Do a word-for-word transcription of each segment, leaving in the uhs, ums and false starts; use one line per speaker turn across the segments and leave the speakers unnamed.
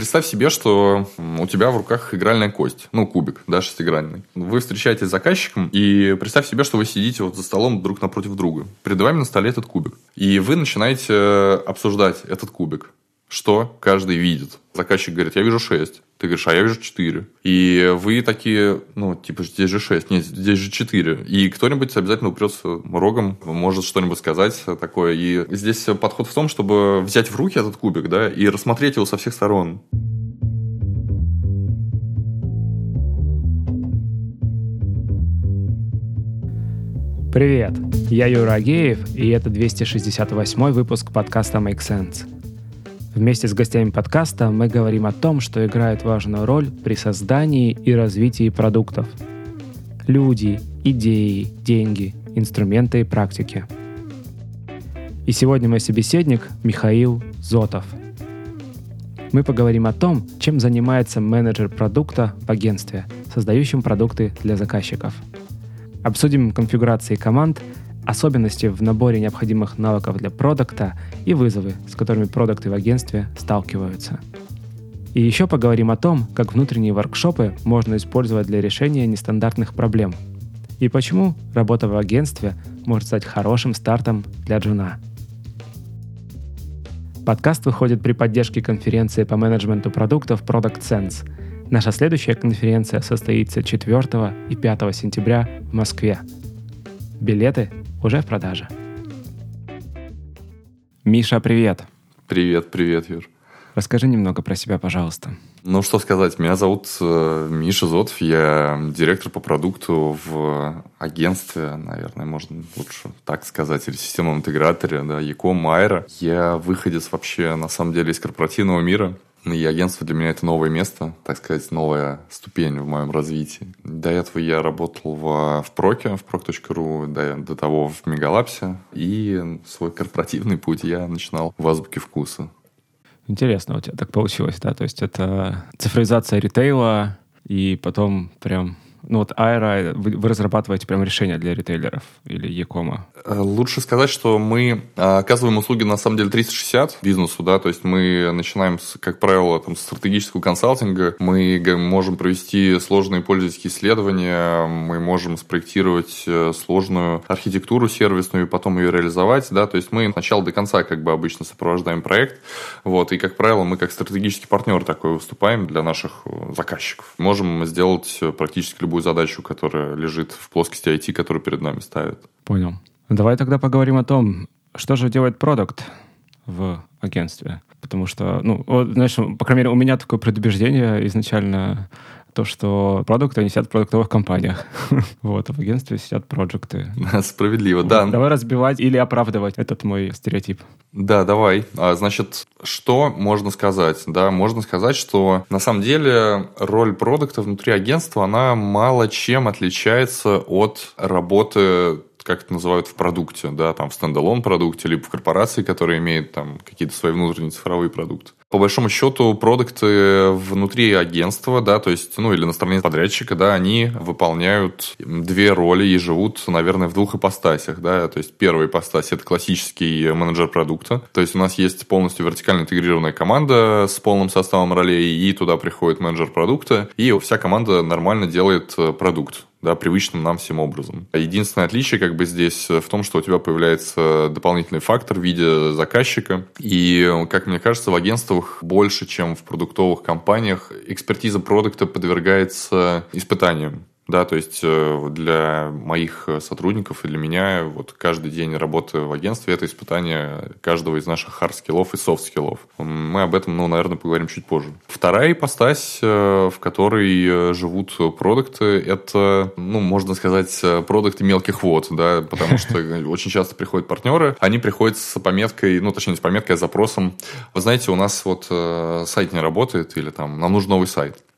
представь себе, что у тебя в руках игральная кость, ну, кубик, да, шестигранный. Вы встречаетесь с заказчиком, и представь себе, что вы сидите вот за столом друг напротив друга. Перед вами на столе этот кубик. И вы начинаете обсуждать этот кубик. Что каждый видит. Заказчик говорит, я вижу шесть. Ты говоришь, а я вижу четыре. И вы такие, ну, типа, здесь же шесть. Нет, здесь же четыре. И кто-нибудь обязательно упрется рогом, может что-нибудь сказать такое. И здесь подход в том, чтобы взять в руки этот кубик, да, и рассмотреть его со всех сторон.
Привет, я Юра Агеев, и это двести шестьдесят восьмой выпуск подкаста Make Sense. Вместе с гостями подкаста мы говорим о том, что играет важную роль при создании и развитии продуктов. Люди, идеи, деньги, инструменты и практики. И сегодня мой собеседник Михаил Зотов. Мы поговорим о том, чем занимается менеджер продукта в агентстве, создающем продукты для заказчиков. Обсудим конфигурации команд, особенности в наборе необходимых навыков для продукта и вызовы, с которыми продукты в агентстве сталкиваются. И еще поговорим о том, как внутренние воркшопы можно использовать для решения нестандартных проблем. И почему работа в агентстве может стать хорошим стартом для джуна. Подкаст выходит при поддержке конференции по менеджменту продуктов Product Sense. Наша следующая конференция состоится четвёртого и пятого сентября в Москве. Билеты уже в продаже. Миша, привет.
Привет, привет, Юр.
Расскажи немного про себя, пожалуйста.
Ну, что сказать. Меня зовут Миша Зотов. Я директор по продукту в агентстве, наверное, можно лучше так сказать, или системном интеграторе, да, Яком, Айра. Я выходец вообще, на самом деле, из корпоративного мира. И агентство для меня это новое место, так сказать, новая ступень в моем развитии. До этого я работал в, в Проке, в прок точка ру, до, до того в Мегалапсе. И свой корпоративный путь я начинал в Азбуке Вкуса.
Интересно у тебя так получилось, да? То есть это цифровизация ритейла, и потом прям... Ну вот Айра, вы, вы разрабатываете прям решения для ритейлеров или Якома?
Лучше сказать, что мы оказываем услуги на самом деле триста шестьдесят бизнесу, да, то есть мы начинаем, с, как правило, там, с стратегического консалтинга, мы можем провести сложные пользовательские исследования, мы можем спроектировать сложную архитектуру сервисную и потом ее реализовать, да, то есть мы от начала до конца как бы обычно сопровождаем проект, вот, и, как правило, мы как стратегический партнер такой выступаем для наших заказчиков. Можем сделать практически любую любую задачу, которая лежит в плоскости ай ти, которую перед нами ставят.
Понял. Давай тогда поговорим о том, что же делает продукт в агентстве. Потому что, ну, вот, знаешь, по крайней мере, у меня такое предубеждение изначально, то, что продукты, они сидят в продуктовых компаниях. Вот, а в агентстве сидят проекты.
Справедливо, да.
Давай разбивать или оправдывать этот мой стереотип.
Да, давай. Значит, что можно сказать? Да, можно сказать, что на самом деле роль продукта внутри агентства, она мало чем отличается от работы, как это называют, в продукте, да, там в стендалон продукте, либо в корпорации, которая имеет там какие-то свои внутренние цифровые продукты. По большому счету, продукты внутри агентства, да, то есть, ну, или на стороне подрядчика, да, они выполняют две роли и живут, наверное, в двух ипостасях, да, то есть первая ипостась – это классический менеджер продукта, то есть у нас есть полностью вертикально интегрированная команда с полным составом ролей, и туда приходит менеджер продукта, и вся команда нормально делает продукт, да, привычным нам всем образом. Единственное отличие как бы здесь в том, что у тебя появляется дополнительный фактор в виде заказчика, и, как мне кажется, в агентствах больше, чем в продуктовых компаниях, экспертиза продукта подвергается испытаниям. Да, то есть для моих сотрудников и для меня вот каждый день работы в агентстве – это испытание каждого из наших хард-скиллов и софт-скиллов. Мы об этом, ну, наверное, поговорим чуть позже. Вторая ипостась, в которой живут продукты, это, ну, можно сказать, продукты мелких вод, да, потому что очень часто приходят партнеры, они приходят с пометкой, ну, точнее, не с пометкой, а с запросом. Вы знаете, у нас вот сайт не работает или там нам нужен новый сайт.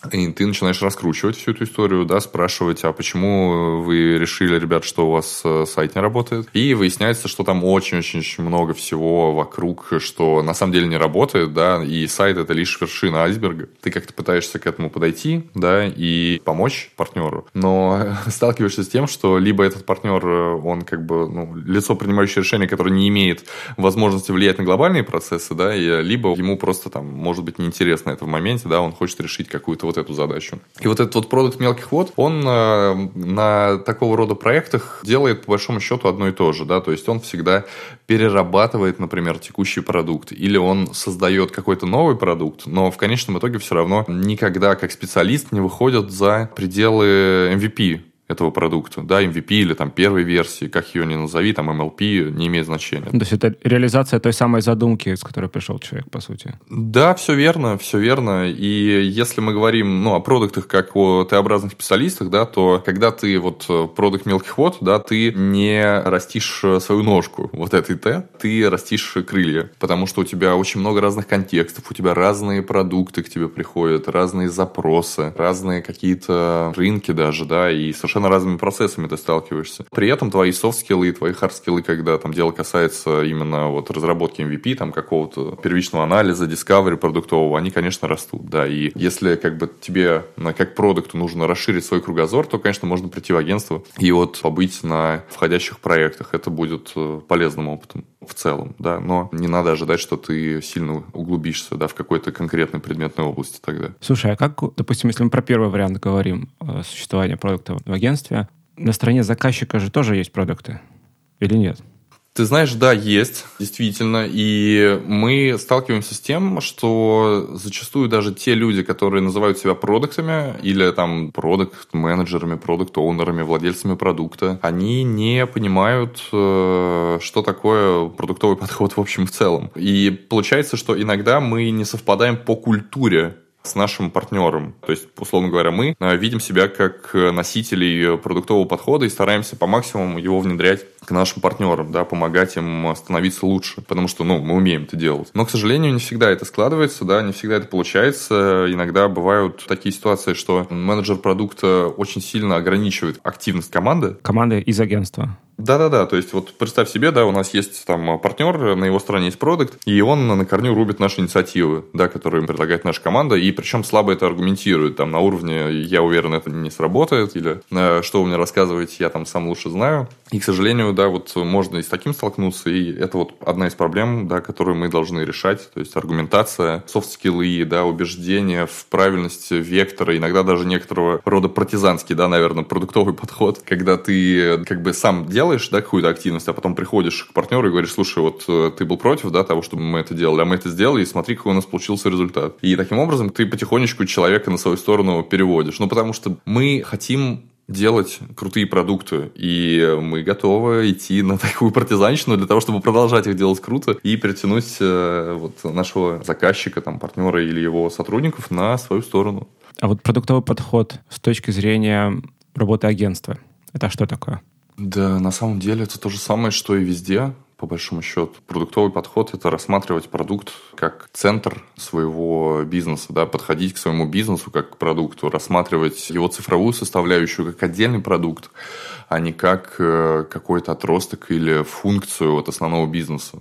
И ты начинаешь раскручивать всю эту историю, да, спрашивать, а почему вы решили, ребят, что у вас сайт не работает. И выясняется, что там очень-очень много всего вокруг, что на самом деле не работает, да, и сайт – это лишь вершина айсберга. Ты как-то пытаешься к этому подойти, да, и помочь партнеру, но сталкиваешься с тем, что либо этот партнер, он как бы, ну, лицо, принимающее решение, которое не имеет возможности влиять на глобальные процессы, да, и либо ему просто там, может быть, неинтересно это в моменте, да, он хочет решить какую-то вот эту задачу. И вот этот вот продукт мелких вод, он э, на такого рода проектах делает, по большому счету, одно и то же, да, то есть он всегда перерабатывает, например, текущий продукт, или он создает какой-то новый продукт, но в конечном итоге все равно никогда как специалист не выходит за пределы эм ви пи этого продукта, да, эм ви пи или там первой версии, как ее ни назови, там эм эл пи, не имеет значения.
То есть это реализация той самой задумки, с которой пришел человек, по сути.
Да, все верно, все верно. И если мы говорим, ну, о продуктах как о Т-образных специалистах, да, то когда ты вот продукт мелких вод, да, ты не растишь свою ножку вот этой Т, ты растишь крылья, потому что у тебя очень много разных контекстов, у тебя разные продукты к тебе приходят, разные запросы, разные какие-то рынки даже, да, и совершенно разными процессами ты сталкиваешься. При этом твои софт-скиллы и твои хард-скиллы, когда там дело касается именно вот разработки эм ви пи, там какого-то первичного анализа, discovery продуктового, они, конечно, растут, да. И если как бы тебе как продукту нужно расширить свой кругозор, то, конечно, можно прийти в агентство и вот побыть на входящих проектах. Это будет полезным опытом в целом, да. Но не надо ожидать, что ты сильно углубишься, да, в какой-то конкретной предметной области тогда.
Слушай, а как, допустим, если мы про первый вариант говорим, существование продукта в агентстве, на стороне заказчика же тоже есть продукты или нет?
Ты знаешь, да, есть, действительно, и мы сталкиваемся с тем, что зачастую даже те люди, которые называют себя продуктами или там продукт-менеджерами, продукт-оунерами, владельцами продукта, они не понимают, что такое продуктовый подход в общем и в целом. И получается, что иногда мы не совпадаем по культуре с нашим партнером. То есть, условно говоря, мы видим себя как носителей продуктового подхода и стараемся по максимуму его внедрять к нашим партнерам, да, помогать им становиться лучше, потому что, ну, мы умеем это делать. Но, к сожалению, не всегда это складывается, да, не всегда это получается. Иногда бывают такие ситуации, что менеджер продукта очень сильно ограничивает активность команды.
Команды из агентства.
Да-да-да, то есть вот представь себе, да, у нас есть там партнер, на его стороне есть продукт, и он на корню рубит наши инициативы, да, которые им предлагает наша команда, и причем слабо это аргументирует, там на уровне «я уверен, это не сработает», или «что вы мне рассказываете, я там сам лучше знаю». И, к сожалению, да, вот можно и с таким столкнуться, и это вот одна из проблем, да, которую мы должны решать, то есть аргументация, софт-скиллы, да, убеждение в правильности вектора, иногда даже некоторого рода партизанский, да, наверное, продуктовый подход, когда ты как бы сам делаешь, да, какую-то активность, а потом приходишь к партнеру и говоришь: слушай, вот ты был против, да, того, чтобы мы это делали, а мы это сделали, и смотри, какой у нас получился результат. И таким образом ты потихонечку человека на свою сторону переводишь. Ну, потому что мы хотим делать крутые продукты, и мы готовы идти на такую партизанщину для того, чтобы продолжать их делать круто и притянуть э, вот нашего заказчика, там, партнера или его сотрудников на свою сторону.
А вот продуктовый подход с точки зрения работы агентства, это что такое?
Да, на самом деле это то же самое, что и везде, по большому счету. Продуктовый подход – это рассматривать продукт как центр своего бизнеса, да, подходить к своему бизнесу как к продукту, рассматривать его цифровую составляющую как отдельный продукт, а не как какой-то отросток или функцию от основного бизнеса.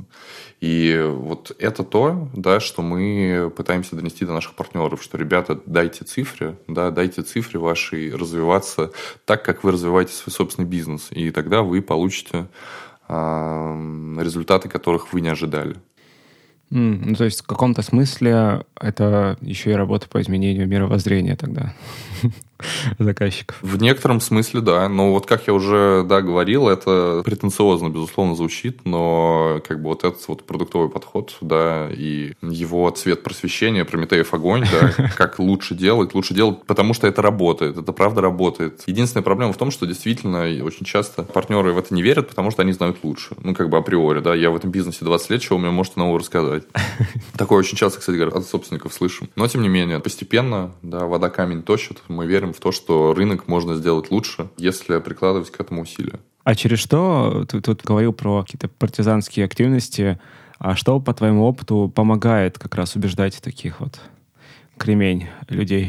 И вот это то, да, что мы пытаемся донести до наших партнеров, что, ребята, дайте цифры, да, дайте цифры вашей развиваться так, как вы развиваете свой собственный бизнес, и тогда вы получите э, результаты, которых вы не ожидали.
Mm, ну, то есть в каком-то смысле это еще и работа по изменению мировоззрения тогда заказчиков.
В некотором смысле, да. Но вот как я уже, да, говорил, это претенциозно, безусловно, звучит, но как бы вот этот вот продуктовый подход, да, и его цвет просвещения, Прометеев огонь, да, как лучше делать, лучше делать, потому что это работает, это правда работает. Единственная проблема в том, что действительно очень часто партнеры в это не верят, потому что они знают лучше. Ну, как бы априори, да, я в этом бизнесе двадцать лет, чего мне можете нового рассказать. Такое очень часто, кстати говоря, от собственников слышим. Но, тем не менее, постепенно, да, вода камень точит, мы верим в то, что рынок можно сделать лучше, если прикладывать к этому усилия.
А через что, ты тут говорил про какие-то партизанские активности, а что по твоему опыту помогает как раз убеждать таких вот кремень людей?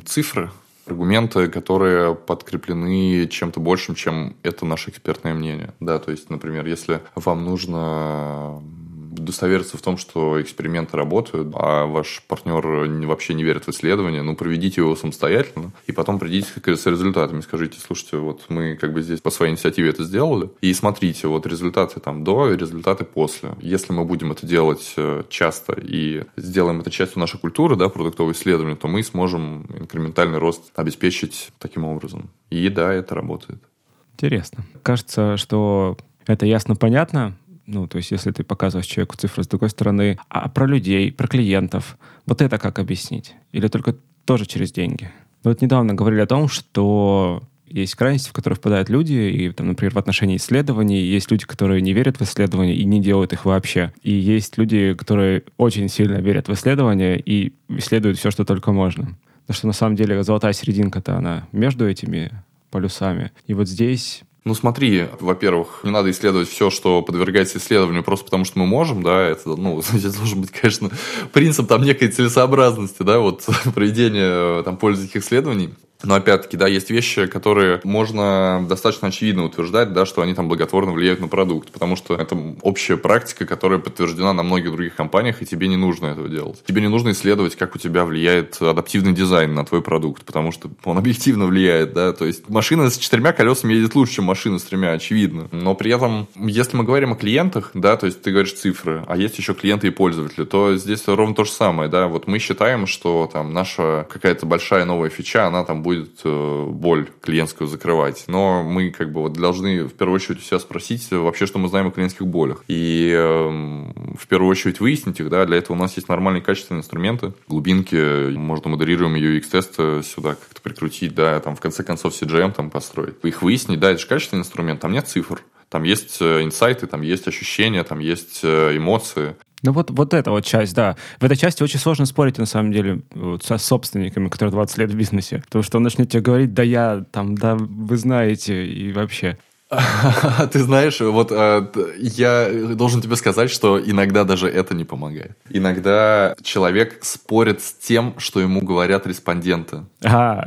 цифры, аргументы, которые подкреплены чем-то большим, чем это наше экспертное мнение. Да, то есть, например, если вам нужно удостовериться в том, что эксперименты работают, а ваш партнер вообще не верит в исследование, ну, проведите его самостоятельно, и потом придите с результатами. Скажите, слушайте, вот мы как бы здесь по своей инициативе это сделали, и смотрите, вот результаты там до и результаты после. Если мы будем это делать часто и сделаем это частью нашей культуры, да, продуктового исследования, то мы сможем инкрементальный рост обеспечить таким образом. И да, это работает.
Интересно. Кажется, что это ясно-понятно. Ну, то есть, если ты показываешь человеку цифры с другой стороны, а про людей, про клиентов, вот это как объяснить? Или только тоже через деньги? Мы вот недавно говорили о том, что есть крайности, в которые впадают люди, и, там, например, в отношении исследований есть люди, которые не верят в исследования и не делают их вообще. И есть люди, которые очень сильно верят в исследования и исследуют все, что только можно. Потому что, на самом деле, золотая серединка-то, она между этими полюсами. И вот здесь...
Ну, смотри, во-первых, не надо исследовать все, что подвергается исследованию, просто потому что мы можем, да, это, ну, здесь должен быть, конечно, принцип там некой целесообразности, да, вот проведения там пользовательских исследований. Но, опять-таки, да, есть вещи, которые можно достаточно очевидно утверждать, да, что они там благотворно влияют на продукт, потому что это общая практика, которая подтверждена на многих других компаниях, и тебе не нужно этого делать. Тебе не нужно исследовать, как у тебя влияет адаптивный дизайн на твой продукт, потому что он объективно влияет, да, то есть машина с четырьмя колесами едет лучше, чем машина с тремя, очевидно. Но при этом, если мы говорим о клиентах, да, то есть ты говоришь цифры, а есть еще клиенты и пользователи, то здесь ровно то же самое, да, вот мы считаем, что там наша какая-то большая новая фича, она там будет будет боль клиентскую закрывать. Но мы как бы вот должны в первую очередь у себя спросить вообще, что мы знаем о клиентских болях. И э, в первую очередь выяснить их, да, для этого у нас есть нормальные качественные инструменты, глубинки, можно модерируемые ю экс-тесты сюда как-то прикрутить, да, там в конце концов си джи эм там построить. Их выяснить, да, это же качественный инструмент, там нет цифр, там есть инсайты, там есть ощущения, там есть эмоции.
Ну вот, вот эта вот часть, да. В этой части очень сложно спорить, на самом деле, вот, со собственниками, которые двадцать лет в бизнесе. Потому что он начнет тебе говорить, да я, там, да вы знаете, и вообще...
Ты знаешь, вот я должен тебе сказать, что иногда даже это не помогает. Иногда человек спорит с тем, что ему говорят респонденты.
А.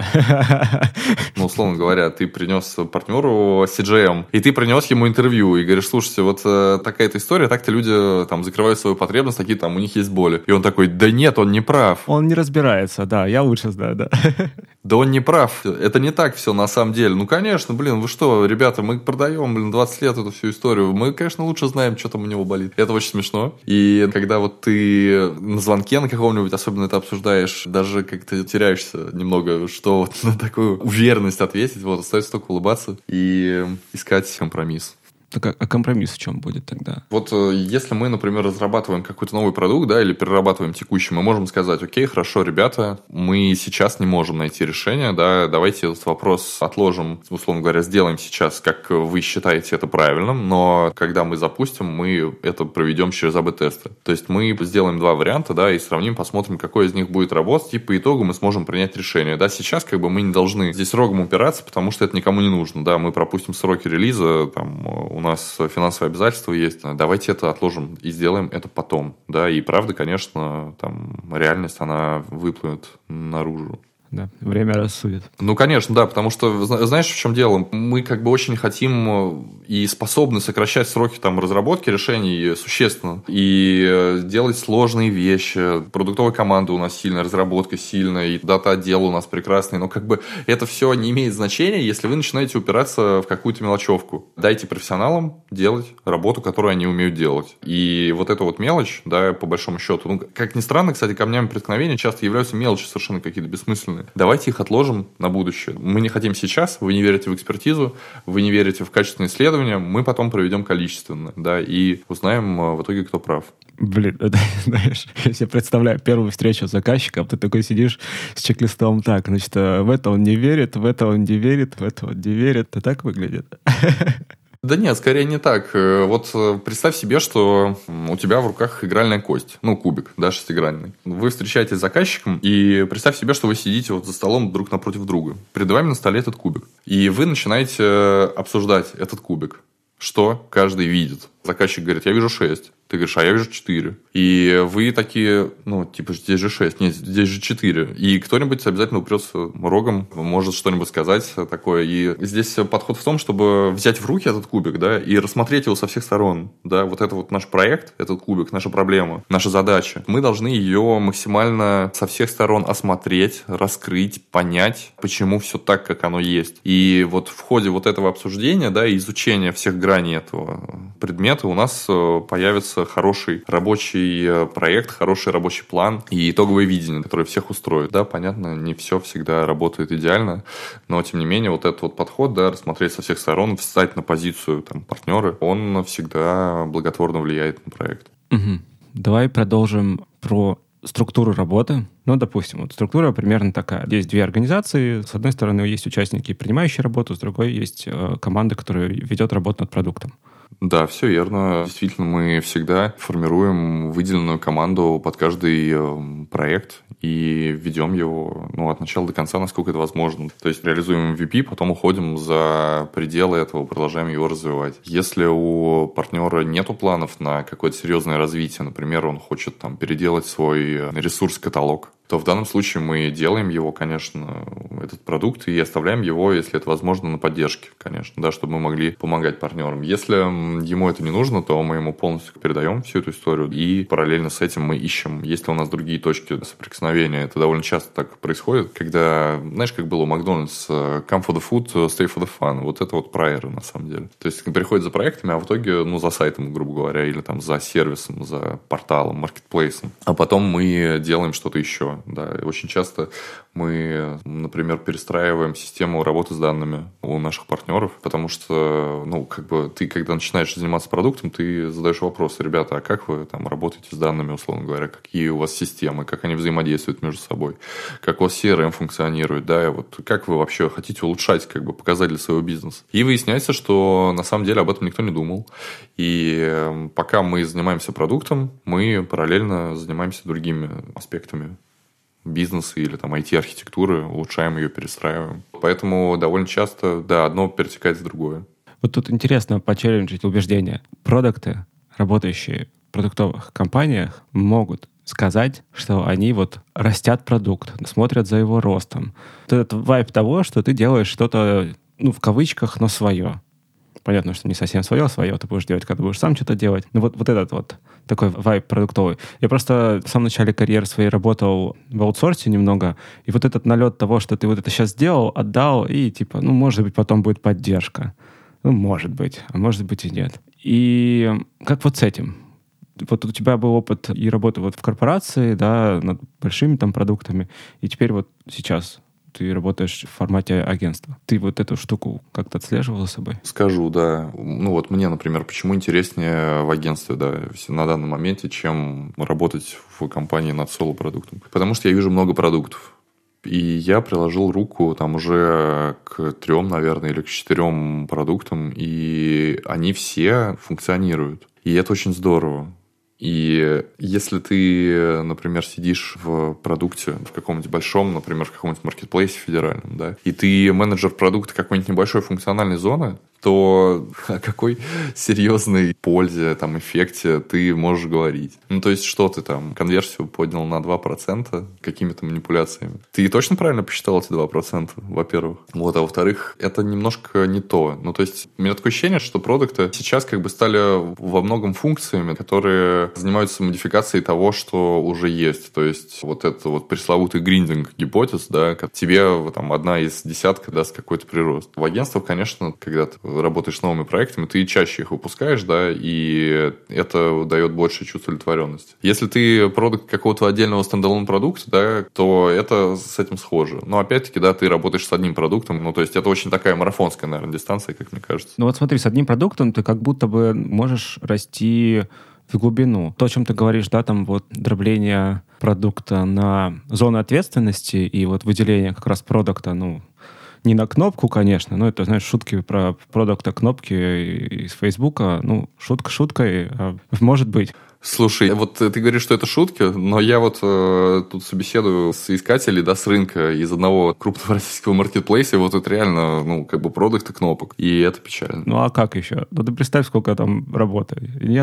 Ну, условно говоря, ты принес партнеру си джи эм, и ты принес ему интервью, и говоришь, слушайте, вот такая-то история, так-то люди там закрывают свою потребность, такие там, у них есть боли. И он такой, да нет, он не прав.
Он не разбирается, да, я лучше знаю, да.
Да он не прав, это не так все на самом деле. Ну, конечно, блин, вы что, ребята, мы продаем, блин, двадцать лет эту всю историю. Мы, конечно, лучше знаем, что там у него болит. Это очень смешно. И когда вот ты на звонке на каком-нибудь особенно это обсуждаешь, даже как-то теряешься немного, что вот на такую уверенность ответить, вот, остается только улыбаться и искать компромисс.
Так, а компромисс в чем будет тогда?
Вот если мы, например, разрабатываем какой-то новый продукт, да, или перерабатываем текущий, мы можем сказать, окей, хорошо, ребята, мы сейчас не можем найти решение, да, давайте этот вопрос отложим, условно говоря, сделаем сейчас, как вы считаете это правильным, но когда мы запустим, мы это проведем через эй би-тесты. То есть мы сделаем два варианта, да, и сравним, посмотрим, какой из них будет работать, и по итогу мы сможем принять решение. Да, сейчас как бы мы не должны здесь рогом упираться, потому что это никому не нужно, да, мы пропустим сроки релиза, там, у нас финансовые обязательства есть, давайте это отложим и сделаем это потом, да, и правда, конечно, там реальность, она выплывет наружу.
Да, время рассудит.
Ну, конечно, да, потому что, знаешь, в чем дело? Мы как бы очень хотим и способны сокращать сроки там разработки решений существенно и делать сложные вещи. Продуктовая команда у нас сильная, разработка сильная, и дата-отдел у нас прекрасный, но как бы это все не имеет значения, если вы начинаете упираться в какую-то мелочевку. Дайте профессионалам делать работу, которую они умеют делать. И вот эта вот мелочь, да, по большому счету, ну, как ни странно, кстати, камнями преткновения часто являются мелочи совершенно какие-то бессмысленные. Давайте их отложим на будущее. Мы не хотим сейчас, вы не верите в экспертизу, вы не верите в качественные исследования, мы потом проведем количественно, да, и узнаем в итоге, кто прав.
Блин, это, знаешь, я себе представляю первую встречу с заказчиком, ты такой сидишь с чек-листом, так, значит, в это он не верит, в это он не верит, в это он не верит. Это так выглядит?
Да нет, скорее не так. Вот представь себе, что у тебя в руках игральная кость, ну, кубик, да, шестигранный. Вы встречаетесь с заказчиком, и представь себе, что вы сидите вот за столом друг напротив друга. Перед вами на столе этот кубик. И вы начинаете обсуждать этот кубик. Что каждый видит. Заказчик говорит, я вижу шесть. Ты говоришь, а я вижу четыре. И вы такие, ну, типа, здесь же шесть, нет, здесь же четыре. И кто-нибудь обязательно упрется рогом, может что-нибудь сказать такое. И здесь подход в том, чтобы взять в руки этот кубик, да, и рассмотреть его со всех сторон. Да, вот это вот наш проект, этот кубик, наша проблема, наша задача. Мы должны ее максимально со всех сторон осмотреть, раскрыть, понять, почему все так, как оно есть. И вот в ходе вот этого обсуждения, да, и изучения всех граней этого предмета у нас появится хороший рабочий проект, хороший рабочий план и итоговое видение, которое всех устроит. Да, понятно, не все всегда работает идеально, но тем не менее вот этот вот подход, да, рассмотреть со всех сторон, встать на позицию там, партнера, он всегда благотворно влияет на проект.
Угу. Давай продолжим про структуру работы. Ну, допустим, вот структура примерно такая. Есть две организации. С одной стороны, есть участники, принимающие работу, с другой есть э, команда, которая ведет работу над продуктом.
Да, все верно. Действительно, мы всегда формируем выделенную команду под каждый э, проект и ведем его ну, от начала до конца, насколько это возможно. То есть реализуем эм ви пи, потом уходим за пределы этого, продолжаем его развивать. Если у партнера нету планов на какое-то серьезное развитие, например, он хочет там, переделать свой ресурс-каталог, то в данном случае мы делаем его, конечно, этот продукт, и оставляем его, если это возможно, на поддержке, конечно, да, чтобы мы могли помогать партнерам. Если ему это не нужно, то мы ему полностью передаем всю эту историю, и параллельно с этим мы ищем, есть ли у нас другие точки соприкосновения. Это довольно часто так происходит, когда, знаешь, как было у Макдональдс, come for the food, stay for the fun. Вот это вот прайеры, на самом деле. То есть приходят за проектами, а в итоге, ну, за сайтом, грубо говоря, или там за сервисом, за порталом, маркетплейсом. А потом мы делаем что-то еще. Да, и очень часто мы, например, перестраиваем систему работы с данными у наших партнеров, потому что, ну, как бы ты, когда начинаешь заниматься продуктом, ты задаешь вопросы: ребята, а как вы там работаете с данными, условно говоря, какие у вас системы, как они взаимодействуют между собой, как у вас си ар эм функционирует, да, и вот как вы вообще хотите улучшать, как бы, показатели своего бизнеса. И выясняется, что на самом деле об этом никто не думал. И пока мы занимаемся продуктом, мы параллельно занимаемся другими аспектами бизнеса или там ай ти-архитектуры, улучшаем ее, перестраиваем. Поэтому довольно часто, да, одно перетекает в другое.
Вот тут интересно почелленджить убеждения. Продукты, работающие в продуктовых компаниях, могут сказать, что они вот растят продукт, смотрят за его ростом. Вот этот вайб того, что ты делаешь что-то, ну, в кавычках, но свое. Понятно, что не совсем свое, свое ты будешь делать, когда будешь сам что-то делать. Но вот, вот этот вот такой вайб продуктовый. Я просто в самом начале карьеры своей работал в аутсорсе немного, и вот этот налет того, что ты вот это сейчас сделал, отдал, и типа, ну, может быть, потом будет поддержка. Ну, может быть, а может быть и нет. И как вот с этим? Вот у тебя был опыт и работы вот в корпорации, да, над большими там продуктами, и теперь вот сейчас ты работаешь в формате агентства. Ты вот эту штуку как-то отслеживал за собой?
Скажу, да. Ну вот мне, например, почему интереснее в агентстве, да, на данном моменте, чем работать в компании над соло-продуктом. Потому что я вижу много продуктов. И я приложил руку там уже к трем, наверное, или к четырем продуктам, и они все функционируют. И это очень здорово. И если ты, например, сидишь в продукте, в каком-нибудь большом, например, в каком-нибудь маркетплейсе федеральном, да, и ты менеджер продукта какой-нибудь небольшой функциональной зоны, то о какой серьезной пользе, там, эффекте ты можешь говорить? Ну, то есть, что ты там, конверсию поднял на два процента какими-то манипуляциями? Ты точно правильно посчитал эти два процента, во-первых? Вот, а во-вторых, это немножко не то. Ну, то есть, у меня такое ощущение, что продукты сейчас как бы стали во многом функциями, которые занимаются модификацией того, что уже есть. То есть, вот это вот пресловутый гриндинг гипотез, да, как тебе там одна из десятка даст какой-то прирост. В агентствах, конечно, когда ты работаешь с новыми проектами, ты чаще их выпускаешь, да, и это дает большее чувство удовлетворенности. Если ты продукт какого-то отдельного стендалон продукта, да, то это с этим схоже. Но опять-таки, да, ты работаешь с одним продуктом, ну, то есть это очень такая марафонская, наверное, дистанция, как мне кажется.
Ну вот смотри, с одним продуктом ты как будто бы можешь расти в глубину. То, о чем ты говоришь, да, там вот дробление продукта на зону ответственности и вот выделение как раз продукта, ну, не на кнопку, конечно, но это, знаешь, шутки про продукта кнопки из Фейсбука. Ну, шутка шуткой, а может быть.
Слушай, вот ты говоришь, что это шутки, но я вот э, тут собеседую с искателей, да, с рынка из одного крупного российского маркетплейса, вот это реально, ну, как бы продукты кнопок, и это печально.
Ну, а как еще? Ну, ты представь, сколько там работы. Нет?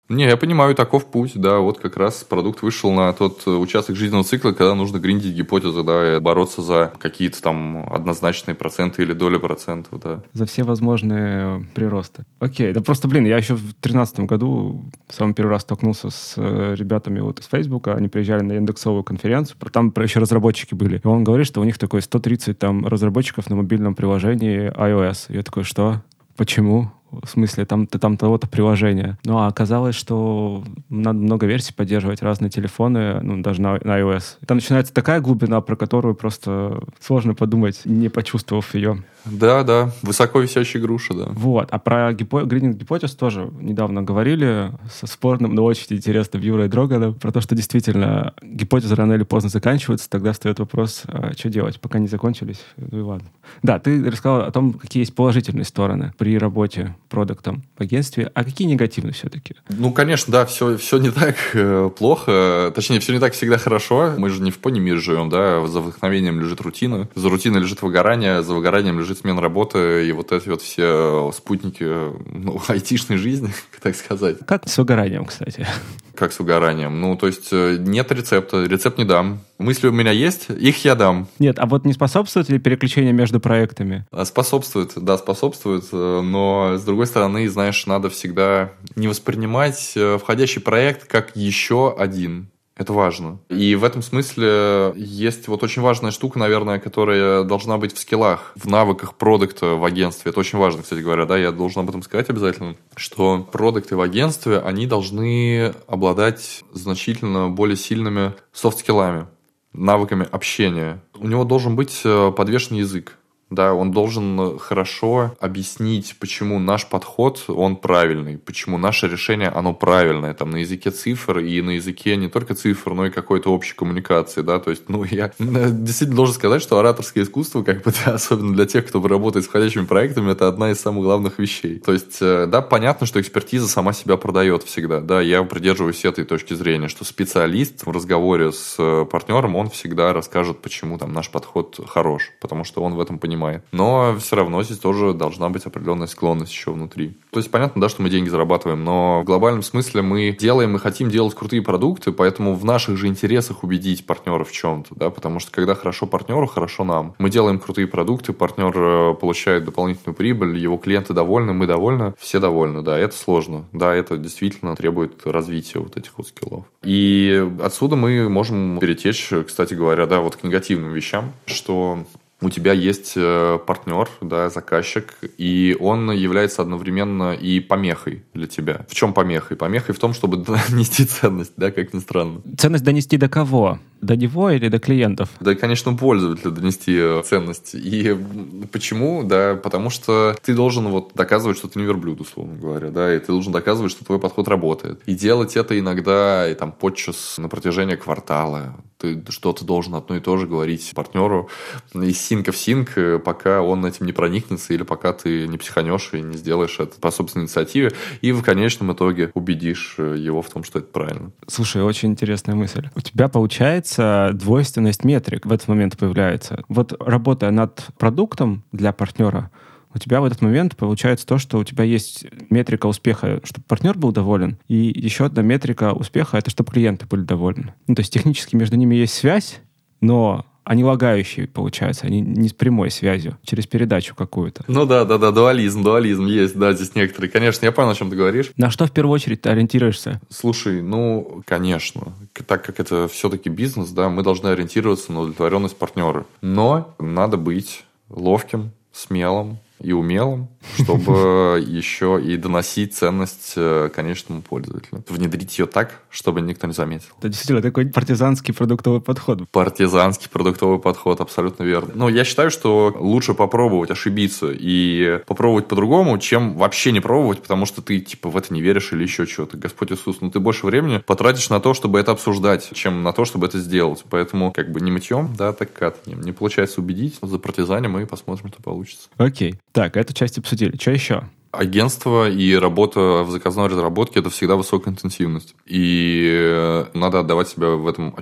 Не, я понимаю, таков путь, да, вот как раз продукт вышел на тот участок жизненного цикла, когда нужно гриндить гипотезы, да, и бороться за какие-то там однозначные проценты или доли процентов, да.
За все возможные приросты. Окей, да просто, блин, я еще в тринадцатом году в самый первый раз столкнулся с ребятами вот из Фейсбука, они приезжали на индексовую конференцию, там еще разработчики были, и он говорит, что у них такой сто тридцать там разработчиков на мобильном приложении iOS. Я такой, что? Почему? В смысле, там, там того-то приложения. Ну, а оказалось, что надо много версий поддерживать, разные телефоны, ну, даже на, на iOS. Там начинается такая глубина, про которую просто сложно подумать, не почувствовав ее.
Да, да, высоко висящая груша, да.
Вот, а про гипо- гридинг гипотез тоже недавно говорили со спорным, но очень интересным Юрой Дроганом, про то, что действительно гипотезы рано или поздно заканчиваются, тогда встает вопрос, а что делать, пока не закончились, ну и ладно. Да, ты рассказал о том, какие есть положительные стороны при работе продуктом в агентстве, а какие негативные все-таки?
Ну, конечно, да, все, все не так э, плохо, точнее, все не так всегда хорошо. Мы же не в пони-мире живем, да, за вдохновением лежит рутина, за рутиной лежит выгорание, за выгоранием лежит смена работы, и вот эти вот все спутники, ну, айтишной жизни, так сказать.
Как с выгоранием, кстати?
Как с выгоранием? Ну, то есть, нет рецепта, рецепт не дам. Мысли у меня есть, их я дам.
Нет, а вот не способствует ли переключение между проектами?
Способствует, да, способствует, но, с другой стороны, знаешь, надо всегда не воспринимать входящий проект как еще один. Это важно. И в этом смысле есть вот очень важная штука, наверное, которая должна быть в скиллах, в навыках продукта в агентстве. Это очень важно, кстати говоря, да, я должен об этом сказать обязательно, что продукты в агентстве, они должны обладать значительно более сильными софт-скиллами, навыками общения. У него должен быть подвешен язык. Да, он должен хорошо объяснить, почему наш подход, он правильный, почему наше решение, оно правильное, там, на языке цифр и на языке не только цифр, но и какой-то общей коммуникации, да, то есть, ну, я действительно должен сказать, что ораторское искусство, как бы, да, особенно для тех, кто работает с входящими проектами, это одна из самых главных вещей. То есть, да, понятно, что экспертиза сама себя продает всегда, да, я придерживаюсь этой точки зрения, что специалист в разговоре с партнером, он всегда расскажет, почему там наш подход хорош, потому что он в этом понимает. Но все равно здесь тоже должна быть определенная склонность еще внутри. То есть понятно, да, что мы деньги зарабатываем, но в глобальном смысле мы делаем и хотим делать крутые продукты, поэтому в наших же интересах убедить партнера в чем-то, да, потому что когда хорошо партнеру, хорошо нам. Мы делаем крутые продукты, партнер получает дополнительную прибыль, его клиенты довольны, мы довольны, все довольны, да, это сложно, да, это действительно требует развития вот этих вот скиллов. И отсюда мы можем перетечь, кстати говоря, да, вот к негативным вещам, что у тебя есть партнер, да, заказчик, и он является одновременно и помехой для тебя. В чем помехой? Помехой в том, чтобы донести ценность, да, как ни странно.
Ценность донести до кого? До него или до клиентов?
Да, конечно, пользователю донести ценность. И почему? Да, потому что ты должен вот доказывать, что ты не верблюд, условно говоря, да, и ты должен доказывать, что твой подход работает. И делать это иногда, и там, подчас на протяжении квартала. Ты что-то должен одно и то же говорить партнеру из синка в синк, пока он этим не проникнется или пока ты не психанешь и не сделаешь это по собственной инициативе, и в конечном итоге убедишь его в том, что это правильно.
Слушай, очень интересная мысль. У тебя получается двойственность метрик в этот момент появляется. Вот работая над продуктом для партнера, у тебя в этот момент получается то, что у тебя есть метрика успеха, чтобы партнер был доволен, и еще одна метрика успеха — это чтобы клиенты были довольны. Ну, то есть технически между ними есть связь, но они лагающие, получается, они не с прямой связью, через передачу какую-то.
Ну да, да, да, дуализм, дуализм есть, да, здесь некоторые. Конечно, я понял, о чем ты говоришь.
На что в первую очередь ты ориентируешься?
Слушай, ну, конечно, так как это все-таки бизнес, да, мы должны ориентироваться на удовлетворенность партнера. Но надо быть ловким, смелым и умелым, чтобы еще и доносить ценность конечному пользователю. Внедрить ее так, чтобы никто не заметил.
Это действительно такой партизанский продуктовый подход.
Партизанский продуктовый подход, абсолютно верно. Но я считаю, что лучше попробовать ошибиться и попробовать по-другому, чем вообще не пробовать, потому что ты типа в это не веришь или еще что-то. Господь Иисус, ну ты больше времени потратишь на то, чтобы это обсуждать, чем на то, чтобы это сделать. Поэтому как бы не мытьем, да, так катанием. Не получается убедить, за партизанем и посмотрим, что получится.
Окей. Так, эту часть обсудили. Что еще?
Агентство и работа в заказной разработке – это всегда высокая интенсивность. И надо отдавать себе в этом отчет.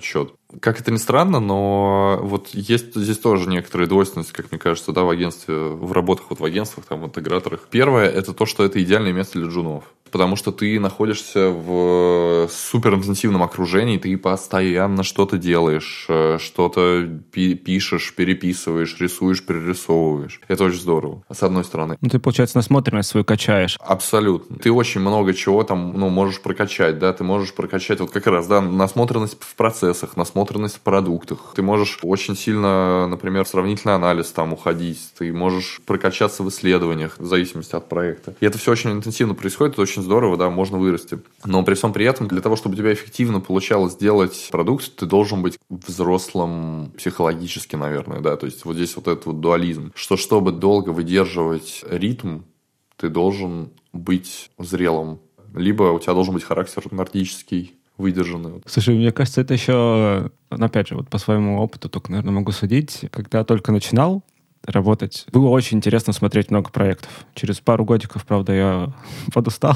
как это ни странно, но вот есть здесь тоже некоторые двойственности, как мне кажется, да, в агентстве, в работах, вот в агентствах, там, в интеграторах. Первое – это то, что это идеальное место для джунов. Потому что ты находишься в суперинтенсивном окружении, ты постоянно что-то делаешь, что-то пи- пишешь, переписываешь, рисуешь, перерисовываешь. Это очень здорово, с одной стороны.
Ну, ты, получается, насмотренность свою качаешь.
Абсолютно. Ты очень много чего там, ну, можешь прокачать, да, ты можешь прокачать вот как раз, да, насмотренность в процессах, насмотренность в продуктах. Ты можешь очень сильно, например, в сравнительный анализ там уходить, ты можешь прокачаться в исследованиях, в зависимости от проекта. И это все очень интенсивно происходит, это очень здорово, да, можно вырасти. Но при всем при этом, для того, чтобы у тебя эффективно получалось сделать продукт, ты должен быть взрослым психологически, наверное, да, то есть вот здесь вот этот вот дуализм, что чтобы долго выдерживать ритм, ты должен быть зрелым, либо у тебя должен быть характер нордический, выдержанный.
Слушай, мне кажется, это еще, ну, опять же, вот по своему опыту только, наверное, могу судить. Когда я только начинал работать, было очень интересно смотреть много проектов. Через пару годиков, правда, я подустал,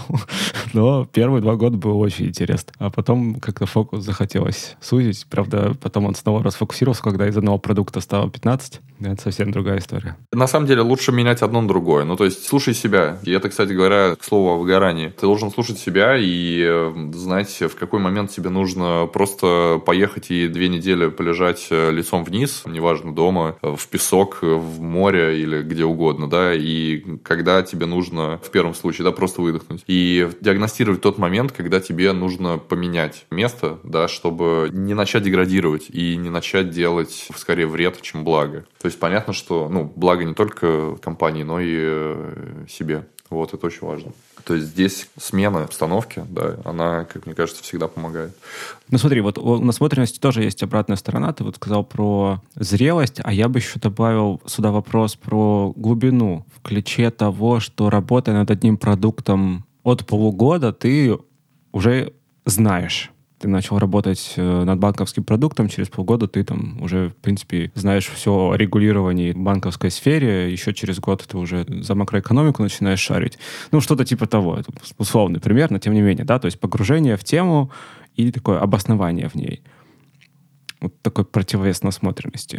но первые два года было очень интересно. А потом как-то фокус захотелось сузить. Правда, потом он снова расфокусировался, когда из одного продукта стало пятнадцать. Это совсем другая история.
На самом деле лучше менять одно на другое. Ну, то есть, слушай себя. И это, кстати говоря, к слову о выгорании. Ты должен слушать себя и знать, в какой момент тебе нужно просто поехать и две недели полежать лицом вниз, неважно, дома, в песок, в море или где угодно, да, и когда тебе нужно, в первом случае, да, просто выдохнуть. И диагностировать тот момент, когда тебе нужно поменять место, да, чтобы не начать деградировать и не начать делать, скорее, вред, чем благо. То есть понятно, что, ну, благо не только компании, но и себе. Вот, это очень важно. То есть здесь смена обстановки, да, она, как мне кажется, всегда помогает.
Ну смотри, вот у насмотренности тоже есть обратная сторона. Ты вот сказал про зрелость, а я бы еще добавил сюда вопрос про глубину в ключе того, что работая над одним продуктом от полугода, ты уже знаешь. Ты начал работать над банковским продуктом, через полгода ты там уже, в принципе, знаешь все о регулировании в банковской сфере, еще через год ты уже за макроэкономику начинаешь шарить. Ну, что-то типа того. Это условный пример, но тем не менее, да, то есть погружение в тему и такое обоснование в ней. Вот такой противовес насмотренности.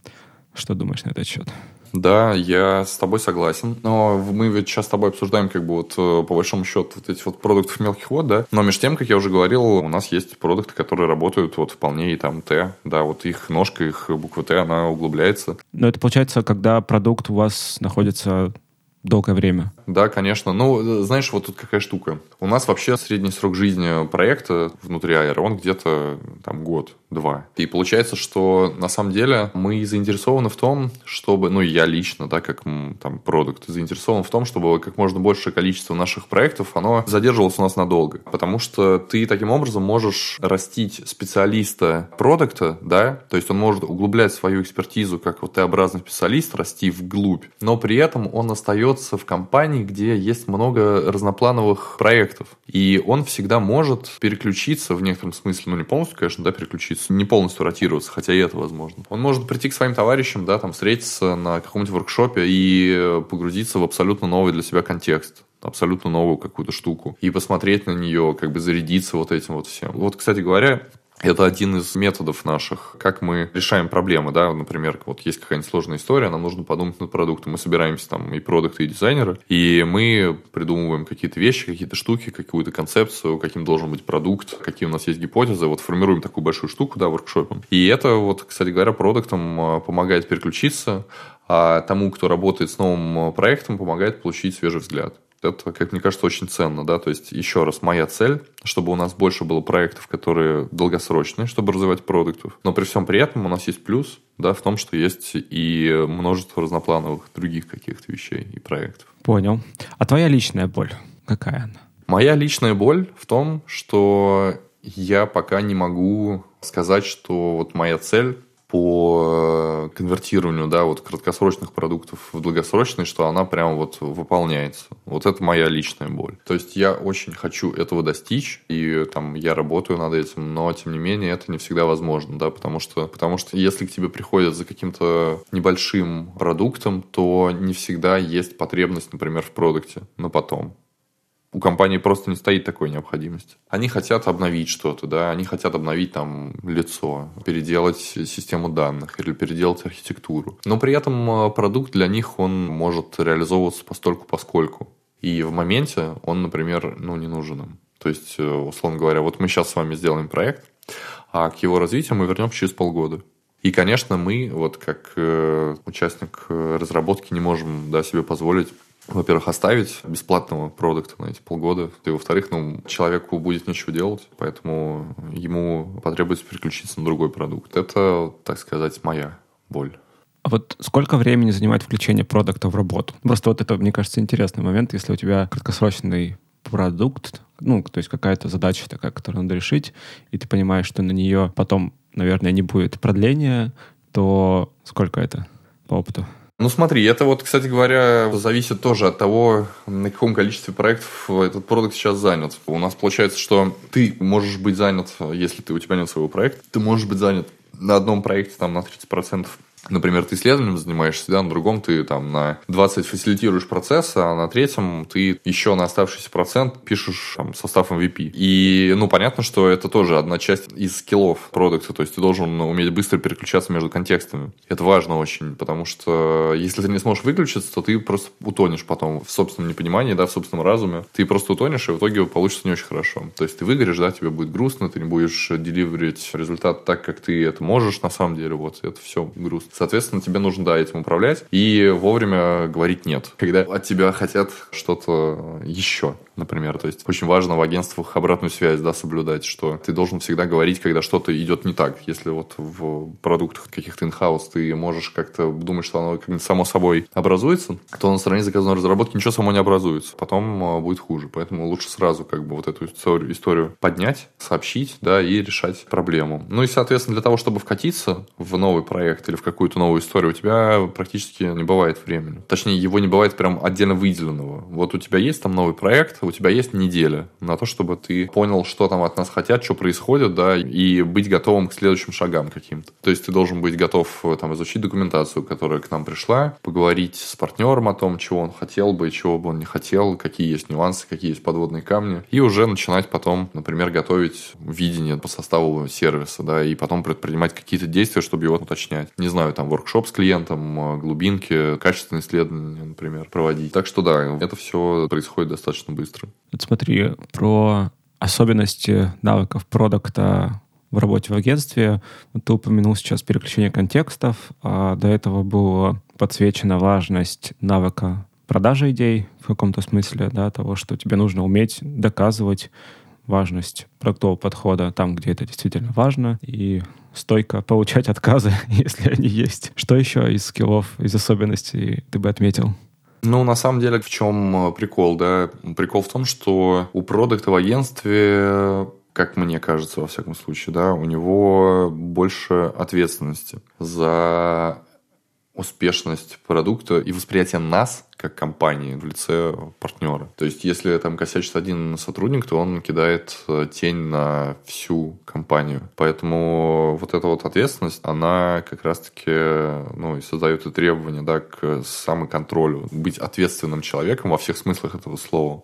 Что думаешь на этот счет?
Да, я с тобой согласен. Но мы ведь сейчас с тобой обсуждаем, как бы вот по большому счету, вот эти вот продуктов мелких вод, да. Но между тем, как я уже говорил, у нас есть продукты, которые работают вот вполне и там Т, да, вот их ножка, их буква Т, она углубляется.
Но это получается, когда продукт у вас находится долгое время.
Да, конечно. Ну, знаешь, вот тут какая штука. У нас вообще средний срок жизни проекта внутри Aira, он где-то там год-два. И получается, что на самом деле мы заинтересованы в том, чтобы, ну, я лично, да, как там продукт, заинтересован в том, чтобы как можно большее количество наших проектов, оно задерживалось у нас надолго. Потому что ты таким образом можешь растить специалиста продукта, да, то есть он может углублять свою экспертизу как вот Т-образный специалист, расти вглубь, но при этом он остается в компании, где есть много разноплановых проектов. И он всегда может переключиться в некотором смысле, ну не полностью, конечно, да, переключиться, не полностью ротироваться, хотя и это возможно. Он может прийти к своим товарищам, да, там встретиться на каком-нибудь воркшопе и погрузиться в абсолютно новый для себя контекст. Абсолютно новую какую-то штуку. И посмотреть на нее, как бы зарядиться вот этим вот всем. Вот, кстати говоря, это один из методов наших, как мы решаем проблемы, да, например, вот есть какая-нибудь сложная история, нам нужно подумать над продуктом, мы собираемся там и продукты, и дизайнеры, и мы придумываем какие-то вещи, какие-то штуки, какую-то концепцию, каким должен быть продукт, какие у нас есть гипотезы, вот формируем такую большую штуку, да, воркшопом. И это вот, кстати говоря, продуктам помогает переключиться, а тому, кто работает с новым проектом, помогает получить свежий взгляд. Это, как мне кажется, очень ценно, да, то есть, еще раз, моя цель, чтобы у нас больше было проектов, которые долгосрочные, чтобы развивать продуктов, но при всем при этом у нас есть плюс, да, в том, что есть и множество разноплановых других каких-то вещей и проектов.
Понял. А твоя личная боль, какая она?
Моя личная боль в том, что я пока не могу сказать, что вот моя цель по конвертированию, да, вот краткосрочных продуктов в долгосрочные, что она прям вот выполняется. Вот это моя личная боль. То есть я очень хочу этого достичь, и там я работаю над этим, но тем не менее это не всегда возможно, да, потому что, потому что если к тебе приходят за каким-то небольшим продуктом, то не всегда есть потребность, например, в продукте на потом. у компании просто не стоит такой необходимости. Они хотят обновить что-то, да, они хотят обновить там лицо, переделать систему данных или переделать архитектуру. Но при этом продукт для них, он может реализовываться постольку-поскольку. И в моменте он, например, ну, не нужен им. То есть, условно говоря, вот мы сейчас с вами сделаем проект, а к его развитию мы вернемся через полгода. И, конечно, мы, вот как э, участник разработки, не можем, да, себе позволить, во-первых, оставить бесплатного продукта на эти полгода, и, во-вторых, ну, человеку будет нечего делать, поэтому ему потребуется переключиться на другой продукт. Это, так сказать, моя боль.
А вот сколько времени занимает включение продукта в работу? Просто вот это, мне кажется, интересный момент, если у тебя краткосрочный продукт, ну, то есть какая-то задача такая, которую надо решить, и ты понимаешь, что на нее потом, наверное, не будет продления, то сколько это по опыту?
Ну, смотри, это вот, кстати говоря, зависит тоже от того, на каком количестве проектов этот продукт сейчас занят. У нас получается, что ты можешь быть занят, если ты, у тебя нет своего проекта, ты можешь быть занят на одном проекте там, на тридцать процентов. Например, ты исследованием занимаешься, да, на другом ты там на двадцать фасилитируешь процессы, а на третьем ты еще на оставшийся процент пишешь там, состав эм ви пи. И, ну, понятно, что это тоже одна часть из скиллов продукта, то есть ты должен уметь быстро переключаться между контекстами. Это важно очень, потому что если ты не сможешь выключиться, то ты просто утонешь потом в собственном непонимании, да, в собственном разуме. Ты просто утонешь, и в итоге получится не очень хорошо. То есть ты выгоришь, да, тебе будет грустно, ты не будешь деливерить результат так, как ты это можешь на самом деле, вот, это все грустно. Соответственно, тебе нужно, да, этим управлять и вовремя говорить «нет». Когда от тебя хотят что-то еще, например. То есть очень важно в агентствах обратную связь, да, соблюдать, что ты должен всегда говорить, когда что-то идет не так. Если вот в продуктах каких-то in-house ты можешь как-то думать, что оно как-то само собой образуется, то на стороне заказной разработки ничего само не образуется. Потом будет хуже. Поэтому лучше сразу как бы вот эту историю, историю поднять, сообщить, да, и решать проблему. Ну и, соответственно, для того, чтобы вкатиться в новый проект или в какую-то новую историю, у тебя практически не бывает времени. Точнее, его не бывает прям отдельно выделенного. Вот у тебя есть там новый проект, у тебя есть неделя на то, чтобы ты понял, что там от нас хотят, что происходит, да, и быть готовым к следующим шагам каким-то. То есть ты должен быть готов там изучить документацию, которая к нам пришла, поговорить с партнером о том, чего он хотел бы и чего бы он не хотел, какие есть нюансы, какие есть подводные камни, и уже начинать потом, например, готовить видение по составу сервиса, да, и потом предпринимать какие-то действия, чтобы его уточнять. Не знаю, там воркшоп с клиентом, глубинки, качественные исследования, например, проводить. Так что да, это все происходит достаточно быстро.
Вот смотри, про особенности навыков продукта в работе в агентстве. Вот ты упомянул сейчас переключение контекстов, а до этого была подсвечена важность навыка продажи идей в каком-то смысле, да, того, что тебе нужно уметь доказывать важность продуктового подхода там, где это действительно важно, и стойко получать отказы, если они есть. Что еще из скиллов, из особенностей ты бы отметил?
Ну, на самом деле, в чем прикол, да? Прикол в том, что у продукта в агентстве, как мне кажется, во всяком случае, да, у него больше ответственности за успешность продукта и восприятие нас как компании в лице партнера. То есть, если там косячит один сотрудник, то он кидает тень на всю компанию. Поэтому вот эта вот ответственность, она как раз-таки, ну, и создает и требования, да, к самоконтролю. Быть ответственным человеком во всех смыслах этого слова.